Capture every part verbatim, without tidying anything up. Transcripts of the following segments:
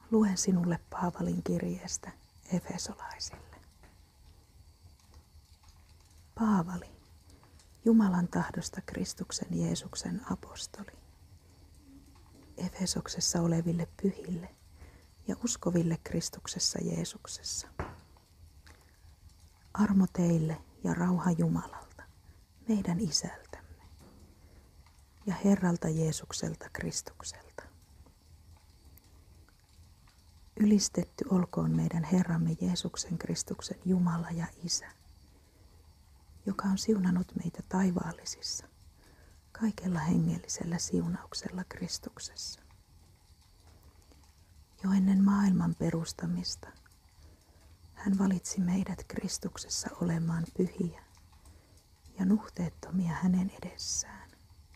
Luen sinulle Paavalin kirjeestä Efesolaisille. Paavali, Jumalan tahdosta Kristuksen Jeesuksen apostoli, Efesoksessa oleville pyhille ja uskoville Kristuksessa Jeesuksessa. Armo teille ja rauha Jumalalta, meidän Isältämme, ja Herralta Jeesukselta Kristukselta. Ylistetty olkoon meidän Herramme Jeesuksen Kristuksen Jumala ja Isä, joka on siunannut meitä taivaallisissa, kaikella hengellisellä siunauksella Kristuksessa. Jo ennen maailman perustamista hän valitsi meidät Kristuksessa olemaan pyhiä ja nuhteettomia hänen edessään.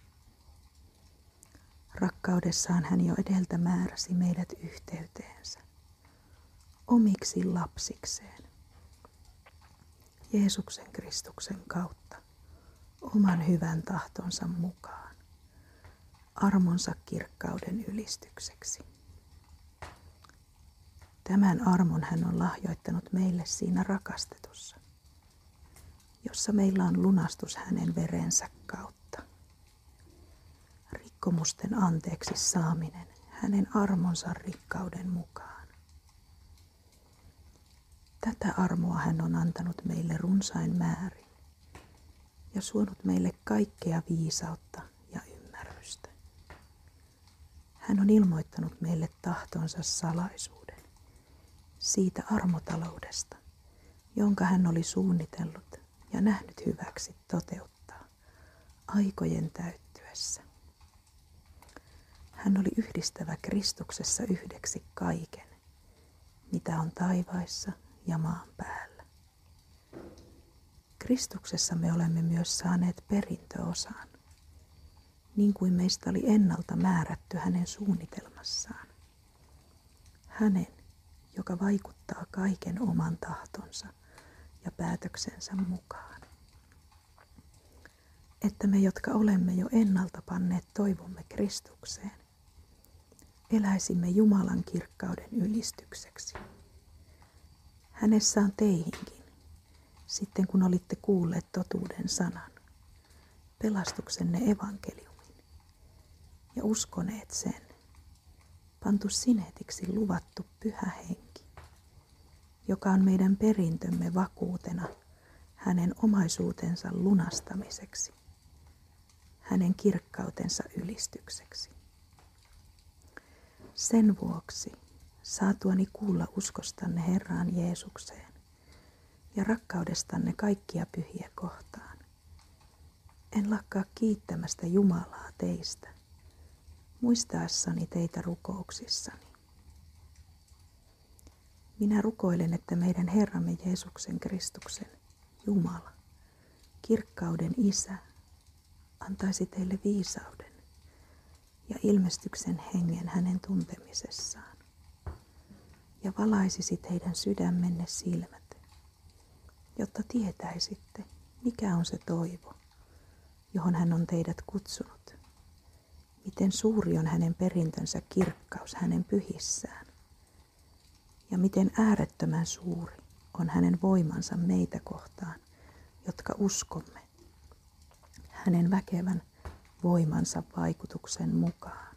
Rakkaudessaan hän jo edeltä määräsi meidät yhteyteensä, omiksi lapsikseen, Jeesuksen Kristuksen kautta, oman hyvän tahtonsa mukaan, armonsa kirkkauden ylistykseksi. Tämän armon hän on lahjoittanut meille siinä rakastetussa, jossa meillä on lunastus hänen verensä kautta. Rikkomusten anteeksi saaminen hänen armonsa rikkauden mukaan. Tätä armoa hän on antanut meille runsain määrin ja suonut meille kaikkea viisautta ja ymmärrystä. Hän on ilmoittanut meille tahtonsa salaisuuden siitä armotaloudesta, jonka hän oli suunnitellut ja nähnyt hyväksi toteuttaa aikojen täyttyessä. Hän oli yhdistävä Kristuksessa yhdeksi kaiken, mitä on taivaissa ja maan päällä. Kristuksessa me olemme myös saaneet perintöosan, niin kuin meistä oli ennalta määrätty hänen suunnitelmassaan. Hänen, joka vaikuttaa kaiken oman tahtonsa ja päätöksensä mukaan. Että me, jotka olemme jo ennalta panneet toivomme Kristukseen, eläisimme Jumalan kirkkauden ylistykseksi. Hänessä on teihinkin, sitten kun olitte kuulleet totuuden sanan, pelastuksenne evankeliumin, ja uskoneet sen, pantu sineetiksi luvattu pyhä henki, joka on meidän perintömme vakuutena hänen omaisuutensa lunastamiseksi, hänen kirkkautensa ylistykseksi. Sen vuoksi, saatuani kuulla uskostanne Herraan Jeesukseen ja rakkaudestanne kaikkia pyhiä kohtaan, en lakkaa kiittämästä Jumalaa teistä, muistaessani teitä rukouksissani. Minä rukoilen, että meidän Herramme Jeesuksen Kristuksen Jumala, kirkkauden Isä, antaisi teille viisauden ja ilmestyksen hengen hänen tuntemisessaan ja valaisisi teidän sydämenne silmät, jotta tietäisitte, mikä on se toivo, johon hän on teidät kutsunut, miten suuri on hänen perintönsä kirkkaus hänen pyhissään ja miten äärettömän suuri on hänen voimansa meitä kohtaan, jotka uskomme hänen väkevän voimansa vaikutuksen mukaan.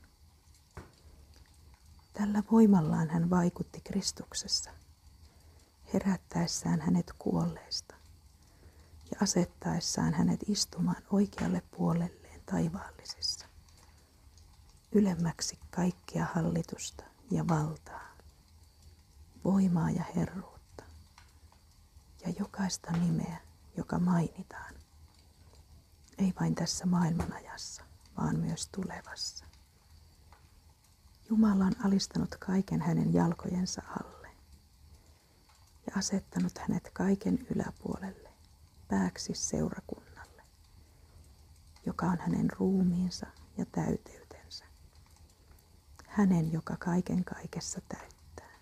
Tällä voimallaan hän vaikutti Kristuksessa, herättäessään hänet kuolleista ja asettaessaan hänet istumaan oikealle puolelleen taivaallisissa, ylemmäksi kaikkia hallitusta ja valtaa, voimaa ja herruutta ja jokaista nimeä, joka mainitaan, ei vain tässä maailmanajassa, vaan myös tulevassa. Jumala on alistanut kaiken hänen jalkojensa alle ja asettanut hänet kaiken yläpuolelle, pääksi seurakunnalle, joka on hänen ruumiinsa ja täyteytensä, hänen, joka kaiken kaikessa täyttää.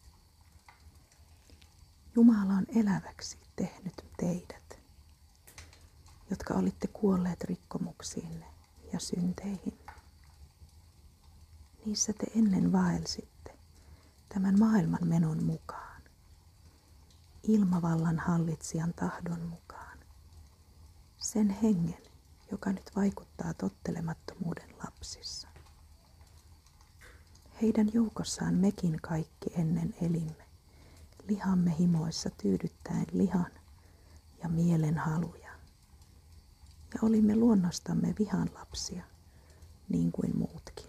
Jumala on eläväksi tehnyt teidät, jotka olitte kuolleet rikkomuksiinne ja synteihin. Niissä te ennen vaelsitte tämän maailman menon mukaan, ilmavallan hallitsijan tahdon mukaan, sen hengen, joka nyt vaikuttaa tottelemattomuuden lapsissa. Heidän joukossaan mekin kaikki ennen elimme, lihamme himoissa tyydyttäen lihan ja mielen haluja. Ja olimme luonnostamme vihan lapsia, niin kuin muutkin.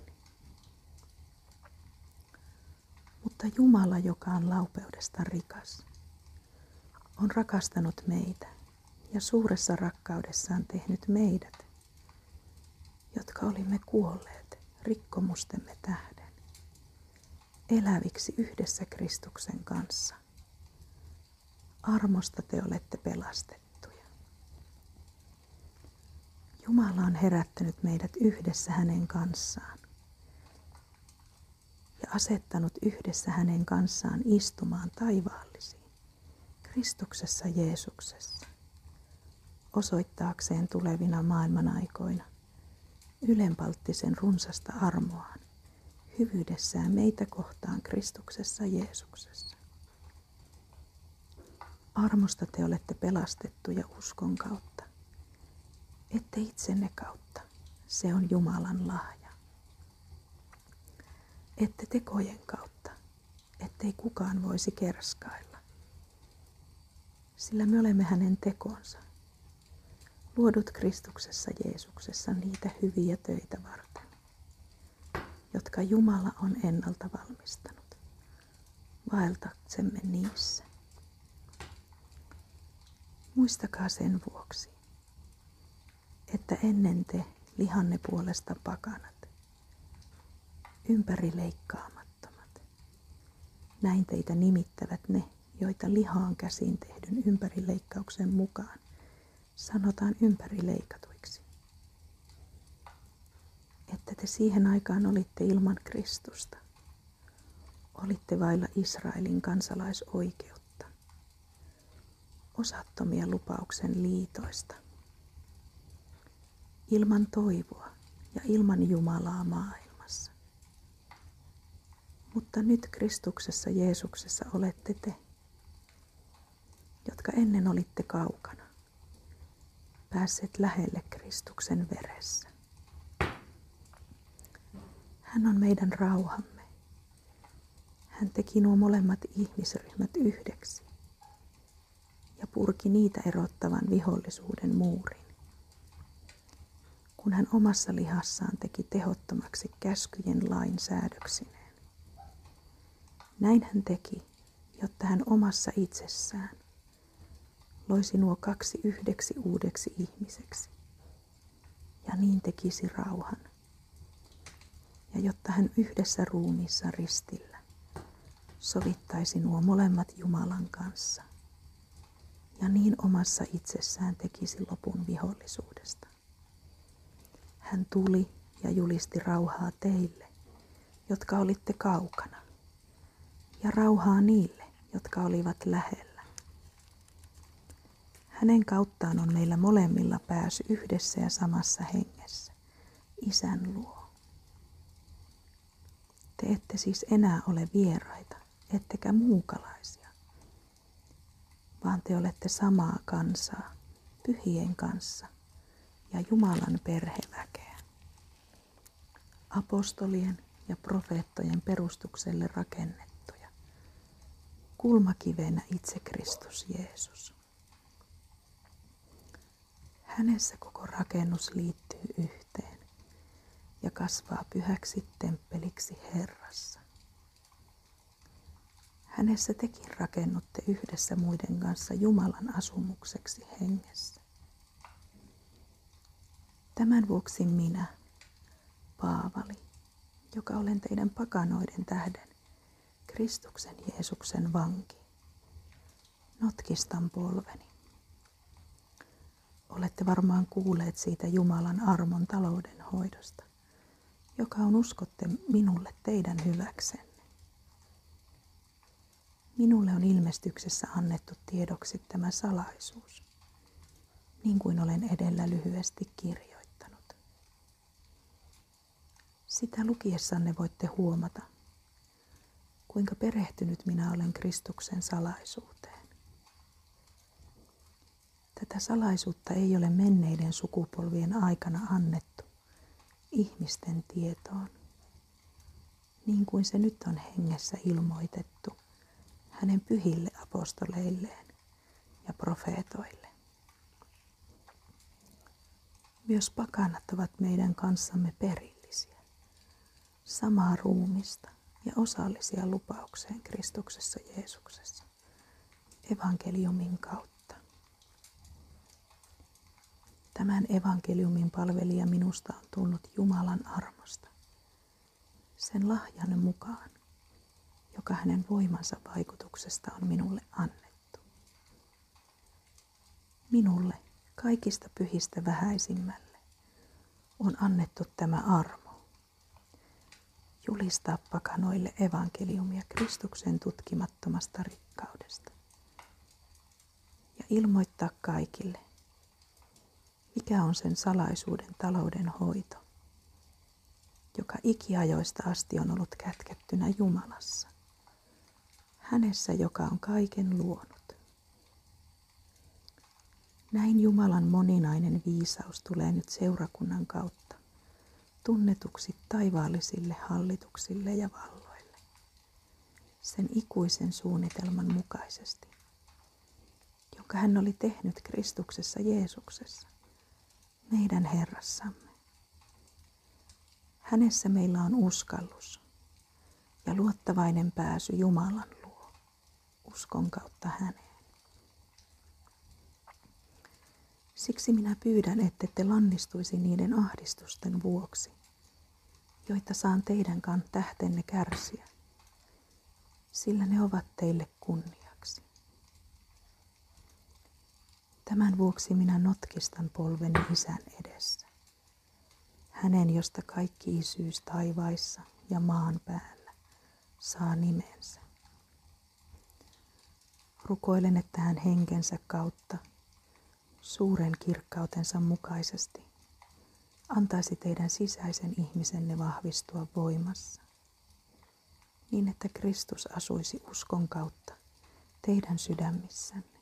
Mutta Jumala, joka on laupeudesta rikas, on rakastanut meitä ja suuressa rakkaudessaan tehnyt meidät, jotka olimme kuolleet rikkomustemme tähden, eläviksi yhdessä Kristuksen kanssa. Armosta te olette pelastettuja. Jumala on herättänyt meidät yhdessä hänen kanssaan ja asettanut yhdessä hänen kanssaan istumaan taivaallisiin Kristuksessa Jeesuksessa, osoittaakseen tulevina maailmanaikoina ylenpalttisen runsasta armoaan hyvyydessään meitä kohtaan Kristuksessa Jeesuksessa. Armosta te olette pelastettuja uskon kautta, ette itsenne kautta, se on Jumalan lahja. Ette tekojen kautta, ettei kukaan voisi kerskailla, sillä me olemme hänen tekonsa, luodut Kristuksessa Jeesuksessa niitä hyviä töitä varten, jotka Jumala on ennalta valmistanut, vaeltaksemme niissä. Muistakaa sen vuoksi, että ennen te lihanne puolesta pakanat, ympärileikkaamattomat. Näin teitä nimittävät ne, joita lihaan käsin tehdyn ympärileikkauksen mukaan sanotaan ympärileikatuiksi. Että te siihen aikaan olitte ilman Kristusta, olitte vailla Israelin kansalaisoikeutta, osattomia lupauksen liitoista, ilman toivoa ja ilman Jumalaa maailmassa. Mutta nyt Kristuksessa Jeesuksessa olette te, jotka ennen olitte kaukana, päässeet lähelle Kristuksen veressä. Hän on meidän rauhamme. Hän teki nuo molemmat ihmisryhmät yhdeksi ja purki niitä erottavan vihollisuuden muurin, kun hän omassa lihassaan teki tehottomaksi käskyjen lain säädöksineen. Näin hän teki, jotta hän omassa itsessään loisi nuo kaksi yhdeksi uudeksi ihmiseksi ja niin tekisi rauhan. Ja jotta hän yhdessä ruumiissa ristillä sovittaisi nuo molemmat Jumalan kanssa ja niin omassa itsessään tekisi lopun vihollisuudesta. Hän tuli ja julisti rauhaa teille, jotka olitte kaukana, ja rauhaa niille, jotka olivat lähellä. Hänen kauttaan on meillä molemmilla pääsy yhdessä ja samassa hengessä, Isän luo. Te ette siis enää ole vieraita, ettekä muukalaisia, vaan te olette samaa kansaa, pyhien kanssa ja Jumalan perheväkeä. Apostolien ja profeettojen perustukselle rakennettuja, kulmakivenä itse Kristus Jeesus. Hänessä koko rakennus liittyy yhteen ja kasvaa pyhäksi temppeliksi Herrassa. Hänessä tekin rakennutte yhdessä muiden kanssa Jumalan asumukseksi hengessä. Tämän vuoksi minä, Paavali, joka olen teidän pakanoiden tähden, Kristuksen Jeesuksen vanki, notkistan polveni. Olette varmaan kuulleet siitä Jumalan armon taloudenhoidosta, joka on uskotte minulle teidän hyväksenne. Minulle on ilmestyksessä annettu tiedoksi tämä salaisuus, niin kuin olen edellä lyhyesti kirjoittanut. Sitä lukiessanne voitte huomata, kuinka perehtynyt minä olen Kristuksen salaisuuteen. Tätä salaisuutta ei ole menneiden sukupolvien aikana annettu ihmisten tietoon, niin kuin se nyt on hengessä ilmoitettu hänen pyhille apostoleilleen ja profeetoille. Myös pakanat ovat meidän kanssamme perillisiä, samaa ruumista ja osallisia lupaukseen Kristuksessa Jeesuksessa, evankeliumin kautta. Tämän evankeliumin palvelija minusta on tullut Jumalan armosta, sen lahjan mukaan, joka hänen voimansa vaikutuksesta on minulle annettu. Minulle, kaikista pyhistä vähäisimmälle, on annettu tämä armo. Julistaa pakanoille evankeliumia Kristuksen tutkimattomasta rikkaudesta. Ja ilmoittaa kaikille, mikä on sen salaisuuden talouden hoito, joka ikiajoista asti on ollut kätkettynä Jumalassa, hänessä, joka on kaiken luonut. Näin Jumalan moninainen viisaus tulee nyt seurakunnan kautta tunnetuksi taivaallisille hallituksille ja valloille, sen ikuisen suunnitelman mukaisesti, jonka hän oli tehnyt Kristuksessa Jeesuksessa, meidän Herrassamme. Hänessä meillä on uskallus ja luottavainen pääsy Jumalan luo, uskon kautta häneen. Siksi minä pyydän, ettette lannistuisi niiden ahdistusten vuoksi, joita saan teidänkään tähtenne kärsiä, sillä ne ovat teille kunniaksi. Tämän vuoksi minä notkistan polveni Isän edessä, hänen, josta kaikki isyys taivaissa ja maan päällä saa nimensä. Rukoilen, että hän henkensä kautta, suuren kirkkautensa mukaisesti, antaisi teidän sisäisen ihmisenne vahvistua voimassa, niin että Kristus asuisi uskon kautta teidän sydämissänne.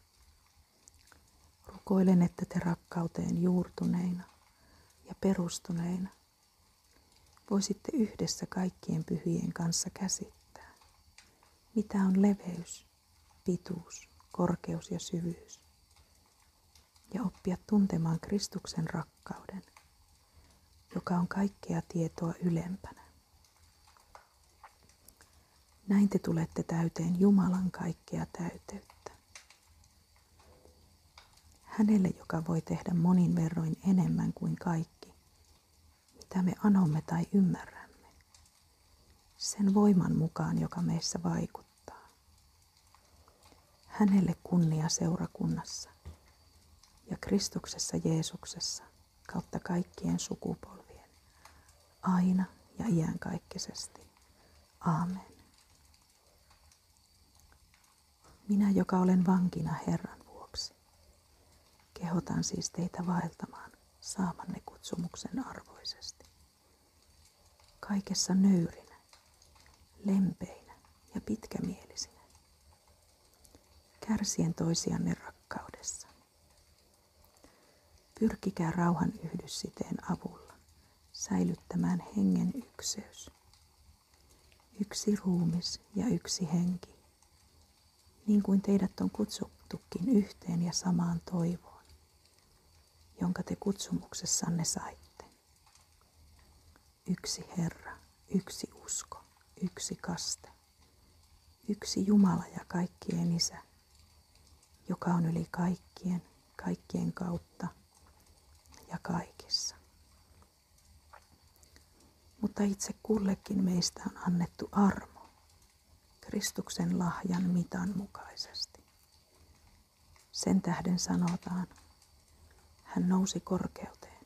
Rukoilen, että te rakkauteen juurtuneina ja perustuneina voisitte yhdessä kaikkien pyhien kanssa käsittää, mitä on leveys, pituus, korkeus ja syvyys, ja oppia tuntemaan Kristuksen rakkauden, joka on kaikkea tietoa ylempänä. Näin te tulette täyteen Jumalan kaikkea täyteyttä. Hänelle, joka voi tehdä monin verroin enemmän kuin kaikki, mitä me anomme tai ymmärrämme, sen voiman mukaan, joka meissä vaikuttaa. Hänelle kunnia seurakunnassa ja Kristuksessa Jeesuksessa kautta kaikkien sukupolvien, aina ja iankaikkisesti. Aamen. Minä, joka olen vankina Herran vuoksi, kehotan siis teitä vaeltamaan saamanne kutsumuksen arvoisesti. Kaikessa nöyrinä, lempeinä ja pitkämielisinä, kärsien toisianne rakkaudessa. Pyrkikää rauhan yhdyssiteen avulla säilyttämään hengen ykseys. Yksi ruumis ja yksi henki, niin kuin teidät on kutsuttukin yhteen ja samaan toivoon, jonka te kutsumuksessanne saitte. Yksi Herra, yksi usko, yksi kaste, yksi Jumala ja kaikkien Isä, joka on yli kaikkien, kaikkien kautta ja kaikissa. Mutta itse kullekin meistä on annettu armo Kristuksen lahjan mitan mukaisesti. Sen tähden sanotaan, hän nousi korkeuteen,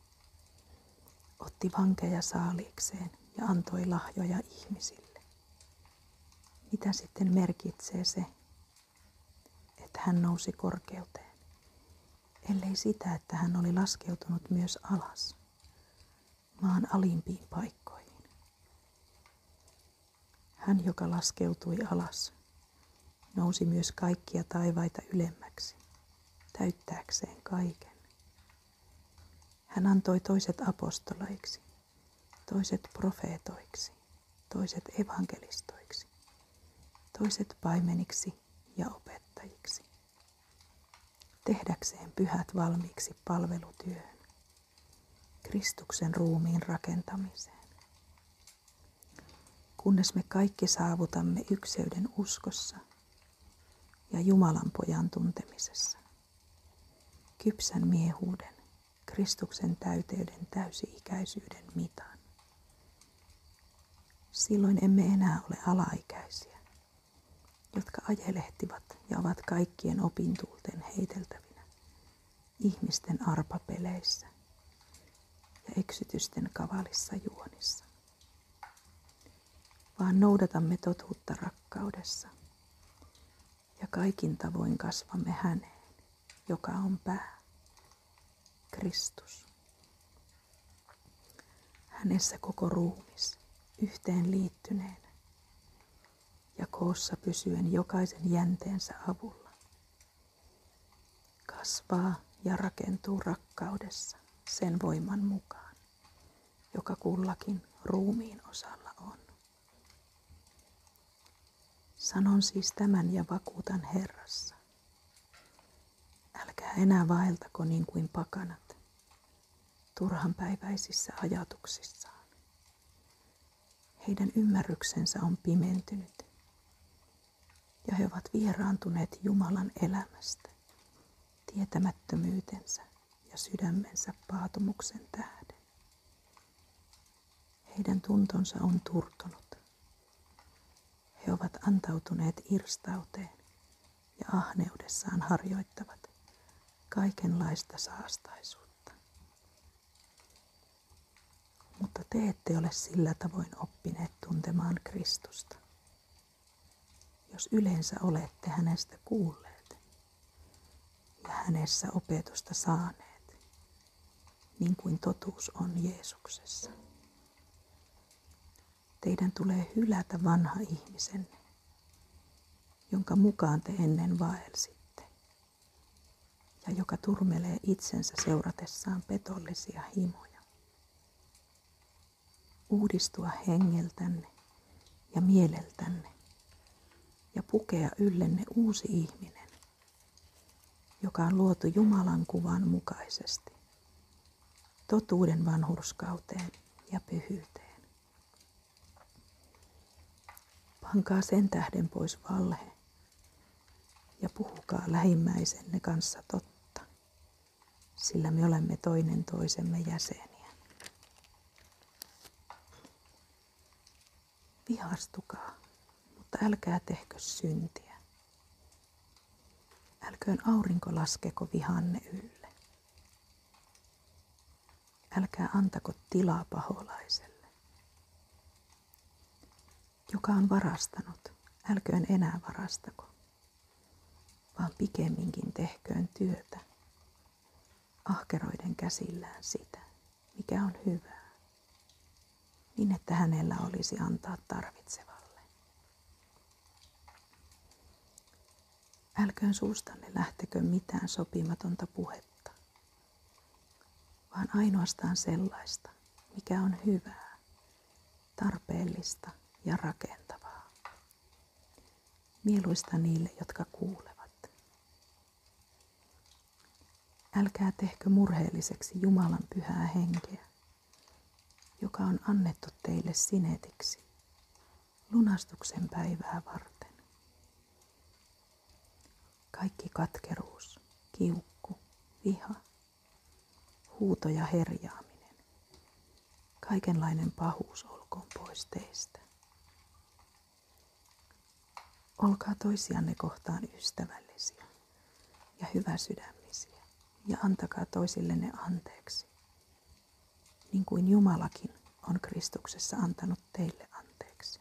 otti vankeja saaliikseen ja antoi lahjoja ihmisille. Mitä sitten merkitsee se, että hän nousi korkeuteen, ellei sitä, että hän oli laskeutunut myös alas, maan alimpiin paikkoihin. Hän, joka laskeutui alas, nousi myös kaikkia taivaita ylemmäksi, täyttääkseen kaiken. Hän antoi toiset apostoleiksi, toiset profeetoiksi, toiset evankelistoiksi, toiset paimeniksi ja opettajiksi, tehdäkseen pyhät valmiiksi palvelutyöhön, Kristuksen ruumiin rakentamiseen, kunnes me kaikki saavutamme ykseyden uskossa ja Jumalan pojan tuntemisessa, kypsän miehuuden, Kristuksen täyteyden täysi-ikäisyyden mitan. Silloin emme enää ole alaikäisiä, jotka ajelehtivat ja ovat kaikkien opintuulten heiteltävinä ihmisten arpapeleissä ja eksytysten kavalissa juonissa, vaan noudatamme totuutta rakkaudessa ja kaikin tavoin kasvamme häneen, joka on pää, Kristus. Hänessä koko ruumis yhteen liittyneenä ja koossa pysyen jokaisen jänteensä avulla kasvaa ja rakentuu rakkaudessa sen voiman mukaan, joka kullakin ruumiin osalla on. Sanon siis tämän ja vakuutan Herrassa. Älkää enää vaeltako niin kuin pakanat, turhanpäiväisissä ajatuksissaan. Heidän ymmärryksensä on pimentynyt, ja he ovat vieraantuneet Jumalan elämästä, tietämättömyytensä ja sydämensä paatumuksen tähden. Heidän tuntonsa on turtunut. He ovat antautuneet irstauteen ja ahneudessaan harjoittavat kaikenlaista saastaisuutta. Mutta te ette ole sillä tavoin oppineet tuntemaan Kristusta, jos yleensä olette hänestä kuulleet ja hänessä opetusta saaneet, niin kuin totuus on Jeesuksessa. Teidän tulee hylätä vanha ihmisenne, jonka mukaan te ennen vaelsitte, ja joka turmelee itsensä seuratessaan petollisia himoja. Uudistua hengeltänne ja mieleltänne ja pukea yllenne uusi ihminen, joka on luotu Jumalan kuvan mukaisesti, totuuden vanhurskauteen ja pyhyyteen. Pankaa sen tähden pois valhe ja puhukaa lähimmäisenne kanssa totta, sillä me olemme toinen toisemme jäseniä. Vihastukaa, mutta älkää tehkö syntiä. Älköön aurinko laskeko vihanne ylle. Älkää antako tilaa paholaiselle. Joka on varastanut, älköön enää varastako, vaan pikemminkin tehköön työtä, ahkeroiden käsillään sitä, mikä on hyvää, niin että hänellä olisi antaa tarvitsevalle. Älköön suustanne lähtekö mitään sopimatonta puhetta, vaan ainoastaan sellaista, mikä on hyvää, tarpeellista ja rakentavaa. Mieluista niille, jotka kuulevat. Älkää tehkö murheelliseksi Jumalan pyhää henkeä, joka on annettu teille sinetiksi, lunastuksen päivää varten. Kaikki katkeruus, kiukku, viha, huuto ja herjaaminen, kaikenlainen pahuus olkoon pois teistä. Olkaa toisianne kohtaan ystävällisiä ja hyväsydämisiä ja antakaa toisillenne anteeksi, niin kuin Jumalakin on Kristuksessa antanut teille anteeksi.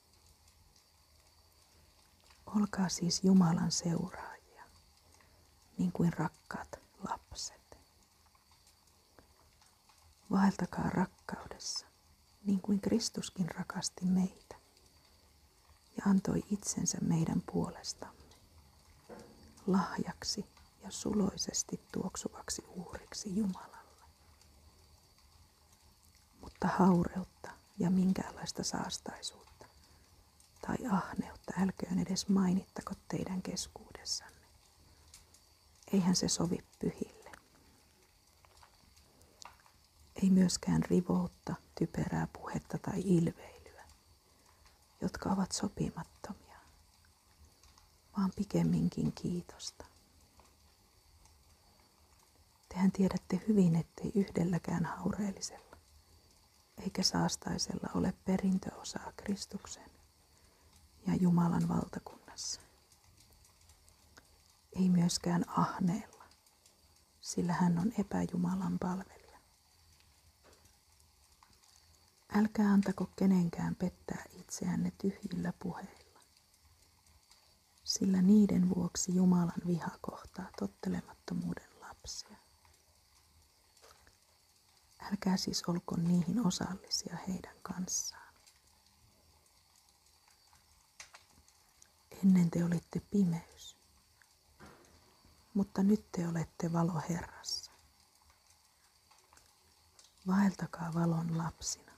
Olkaa siis Jumalan seuraajia, niin kuin rakkaat lapset. Vaeltakaa rakkaudessa, niin kuin Kristuskin rakasti meitä ja antoi itsensä meidän puolestamme lahjaksi ja suloisesti tuoksuvaksi uhriksi Jumalalle. Mutta haureutta ja minkäänlaista saastaisuutta tai ahneutta älköön edes mainittako teidän keskuudessanne. Eihän se sovi pyhille. Ei myöskään rivoutta, typerää puhetta tai ilveilyä, jotka ovat sopimattomia, vaan pikemminkin kiitosta. Tehän tiedätte hyvin, ettei yhdelläkään haureellisella eikä saastaisella ole perintöosaa Kristuksen ja Jumalan valtakunnassa. Ei myöskään ahneella, sillä hän on epäjumalan palvelija. Älkää antako kenenkään pettää itseänne tyhjillä puheilla, sillä niiden vuoksi Jumalan viha kohtaa tottelemattomuuden lapsia. Älkää siis olko niihin osallisia heidän kanssaan. Ennen te olitte pimeys, mutta nyt te olette valo Herrassa. Vaeltakaa valon lapsina,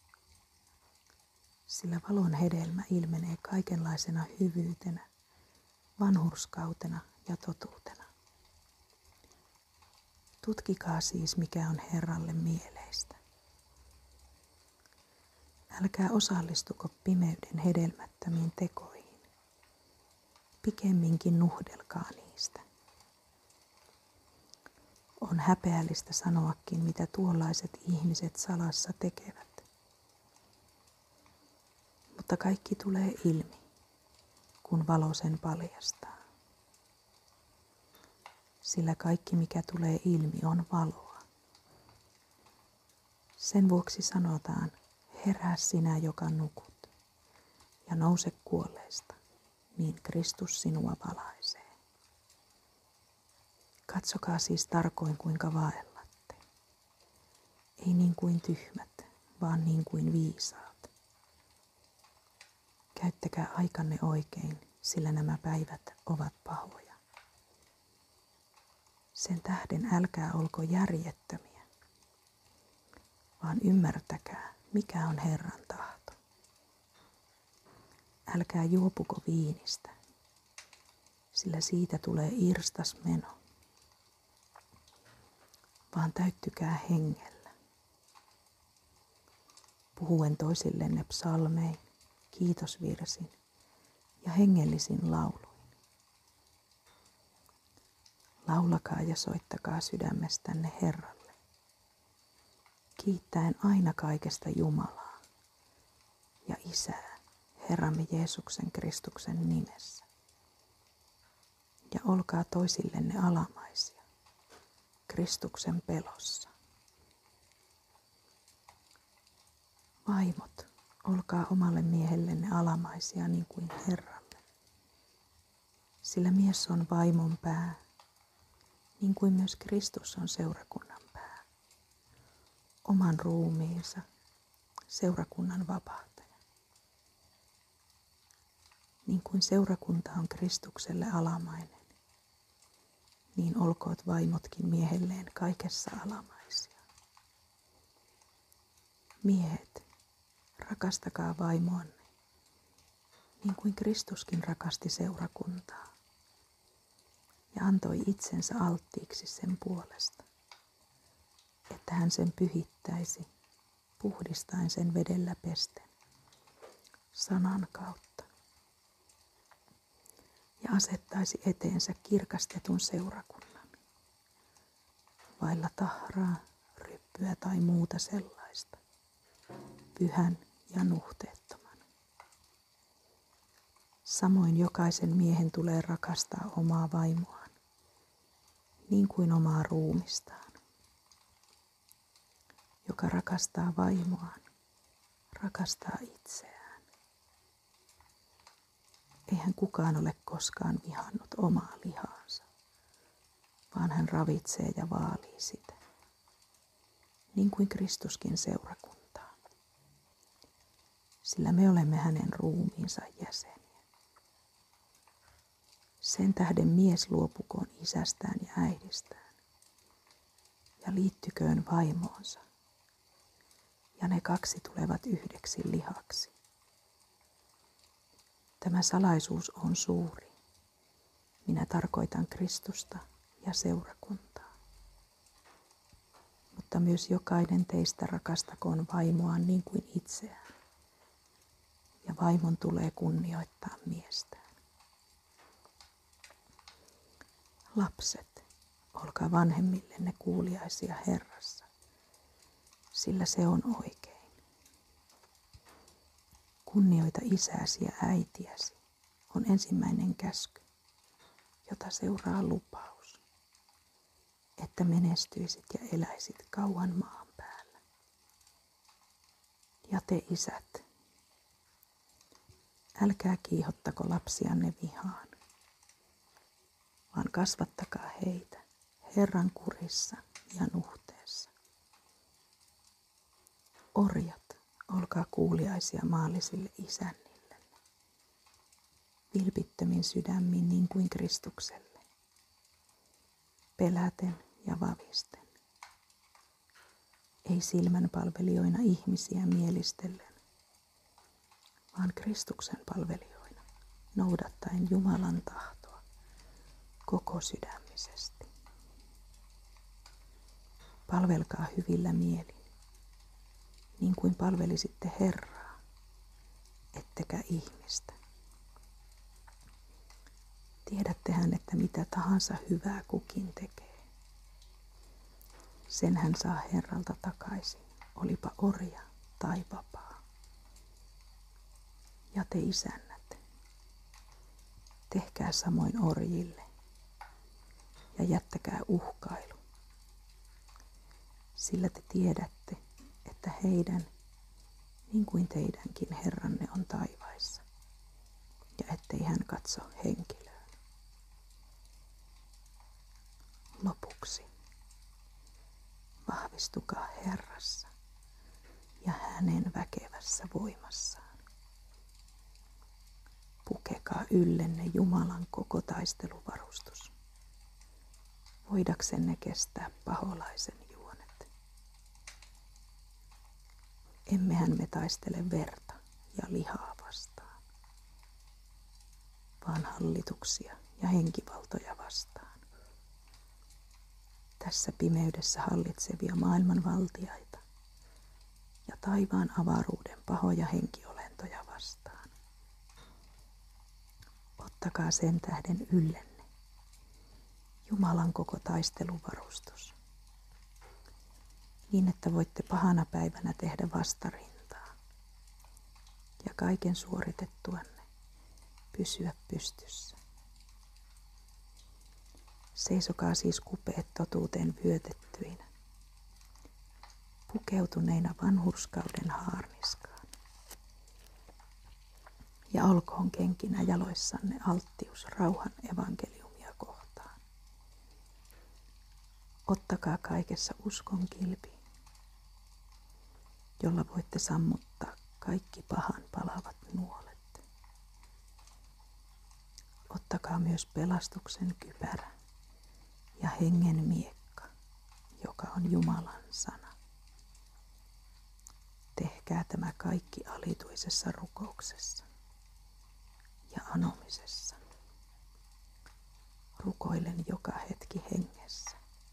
sillä valon hedelmä ilmenee kaikenlaisena hyvyytenä, vanhurskautena ja totuutena. Tutkikaa siis, mikä on Herralle mieleistä. Älkää osallistuko pimeyden hedelmättömiin tekoihin. Pikemminkin nuhdelkaa niistä. On häpeällistä sanoakin, mitä tuollaiset ihmiset salassa tekevät. Mutta kaikki tulee ilmi, kun valo sen paljastaa. Sillä kaikki, mikä tulee ilmi, on valoa. Sen vuoksi sanotaan, herää sinä, joka nukut, ja nouse kuolleista, niin Kristus sinua valaisee. Katsokaa siis tarkoin, kuinka vaellatte. Ei niin kuin tyhmät, vaan niin kuin viisaat. Käyttäkää aikanne oikein, sillä nämä päivät ovat pahoja. Sen tähden älkää olko järjettömiä, vaan ymmärtäkää, mikä on Herran tahto. Älkää juopuko viinistä, sillä siitä tulee irstas meno, vaan täyttykää hengellä. Puhuen toisillenne psalmein, kiitosvirsin ja hengellisin lauluin. Laulakaa ja soittakaa sydämestänne Herralle, kiittäen aina kaikesta Jumalaa ja Isää Herramme Jeesuksen Kristuksen nimessä. Ja olkaa toisillenne alamaisia Kristuksen pelossa. Vaimot, olkaa omalle miehellenne alamaisia niin kuin Herralle, sillä mies on vaimon pää, niin kuin myös Kristus on seurakunnan pää, oman ruumiinsa, seurakunnan vapahtaja. Niin kuin seurakunta on Kristukselle alamainen, niin olkoot vaimotkin miehelleen kaikessa alamaisia. Miehet, rakastakaa vaimoanne, niin kuin Kristuskin rakasti seurakuntaa ja antoi itsensä alttiiksi sen puolesta, että hän sen pyhittäisi, puhdistaen sen vedellä pesten, sanan kautta, ja asettaisi eteensä kirkastetun seurakunnan, vailla tahraa, ryppyä tai muuta sellaista, pyhän ja nuhteettoman. Samoin jokaisen miehen tulee rakastaa omaa vaimoaan, niin kuin omaa ruumistaan. Joka rakastaa vaimoaan, rakastaa itseään. Eihän kukaan ole koskaan vihannut omaa lihaansa, vaan hän ravitsee ja vaalii sitä, niin kuin Kristuskin seurakuntaa. sillä me olemme hänen ruumiinsa jäseniä. Sen tähden mies luopukoon isästään ja äidistään ja liittyköön vaimoonsa, ja ne kaksi tulevat yhdeksi lihaksi. Tämä salaisuus on suuri. Minä tarkoitan Kristusta ja seurakuntaa. Mutta myös jokainen teistä rakastakoon vaimoaan niin kuin itseään, ja vaimon tulee kunnioittaa miestään. Lapset, olkaa vanhemmillenne kuuliaisia Herrassa, sillä se on oikein. Kunnioita isäsi ja äitiäsi on ensimmäinen käsky, jota seuraa lupaus, että menestyisit ja eläisit kauan maan päällä. Ja te isät, älkää kiihottako lapsianne vihaan, vaan kasvattakaa heitä Herran kurissa ja nuhteessa. Orjat, olkaa kuuliaisia maallisille isännille, vilpittömin sydämin niin kuin Kristukselle, peläten ja vavisten, ei silmänpalvelijoina ihmisiä mielistellen, vaan Kristuksen palvelijoina, noudattaen Jumalan tahtoa koko sydämisesti. Palvelkaa hyvillä mielin, niin kuin palvelisitte Herraa, ettekä ihmistä. Tiedättehän, että mitä tahansa hyvää kukin tekee, sen hän saa Herralta takaisin, olipa orja tai vapaa. Ja te isännät, tehkää samoin orjille ja jättäkää uhkailu, sillä te tiedätte, että heidän, niin kuin teidänkin Herranne on taivaissa, ja ettei hän katso henkilöön. Lopuksi, vahvistukaa Herrassa ja hänen väkevässä voimassaan. Pukekaa yllenne Jumalan koko taisteluvarustus, voidaksenne kestää paholaisen juonet. Emmehän me taistele verta ja lihaa vastaan, vaan hallituksia ja henkivaltoja vastaan. Tässä pimeydessä hallitsevia maailmanvaltiaita ja taivaan avaruuden pahoja henkiolentoja vastaan. Ottakaa sen tähden yllenne Jumalan koko taisteluvarustus, niin että voitte pahana päivänä tehdä vastarintaa ja kaiken suoritettuanne pysyä pystyssä. Seisokaa siis kupeet totuuteen vyötettyinä, pukeutuneina vanhurskauden haarniskaan. Ja olkoon kenkinä jaloissanne alttius rauhan evankeliumia kohtaan. Ottakaa kaikessa uskon kilpi, jolla voitte sammuttaa kaikki pahan palavat nuolet. Ottakaa myös pelastuksen kypärä ja hengen miekka, joka on Jumalan sana. Tehkää tämä kaikki alituisessa rukouksessa ja anomisessa. Rukoilen joka hetki hengessä.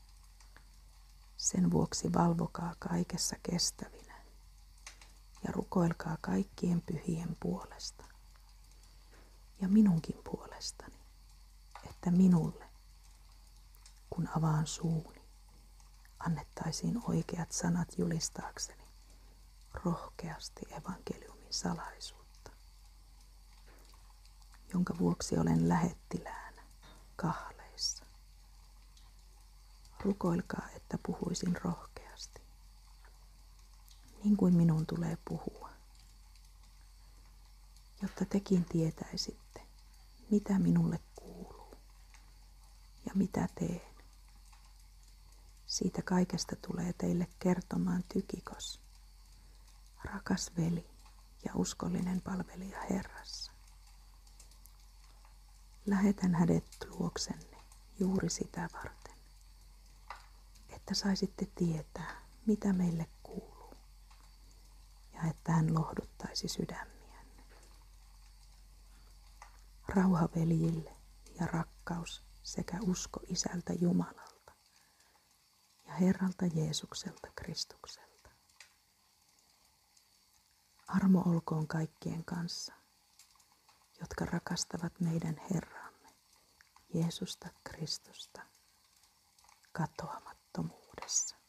Sen vuoksi valvokaa kaikessa kestävinä ja rukoilkaa kaikkien pyhien puolesta ja minunkin puolestani, että minulle, kun avaan suuni, annettaisiin oikeat sanat julistaakseni rohkeasti evankeliumin salaisuutta, jonka vuoksi olen lähettiläänä kahleissa. Rukoilkaa, että puhuisin rohkeasti, niin kuin minun tulee puhua, jotta tekin tietäisitte, mitä minulle kuuluu ja mitä teen. Siitä kaikesta tulee teille kertomaan Tykikos, rakas veli ja uskollinen palvelija Herrassa. Lähetän hänet luoksenne juuri sitä varten, että saisitte tietää, mitä meille kuuluu, ja että hän lohduttaisi sydämiänne. Rauha veljille ja rakkaus sekä usko Isältä Jumalalta ja Herralta Jeesukselta Kristukselta. Armo olkoon kaikkien kanssa, jotka rakastavat meidän Herraamme, Jeesusta Kristusta, katoamattomuudessa.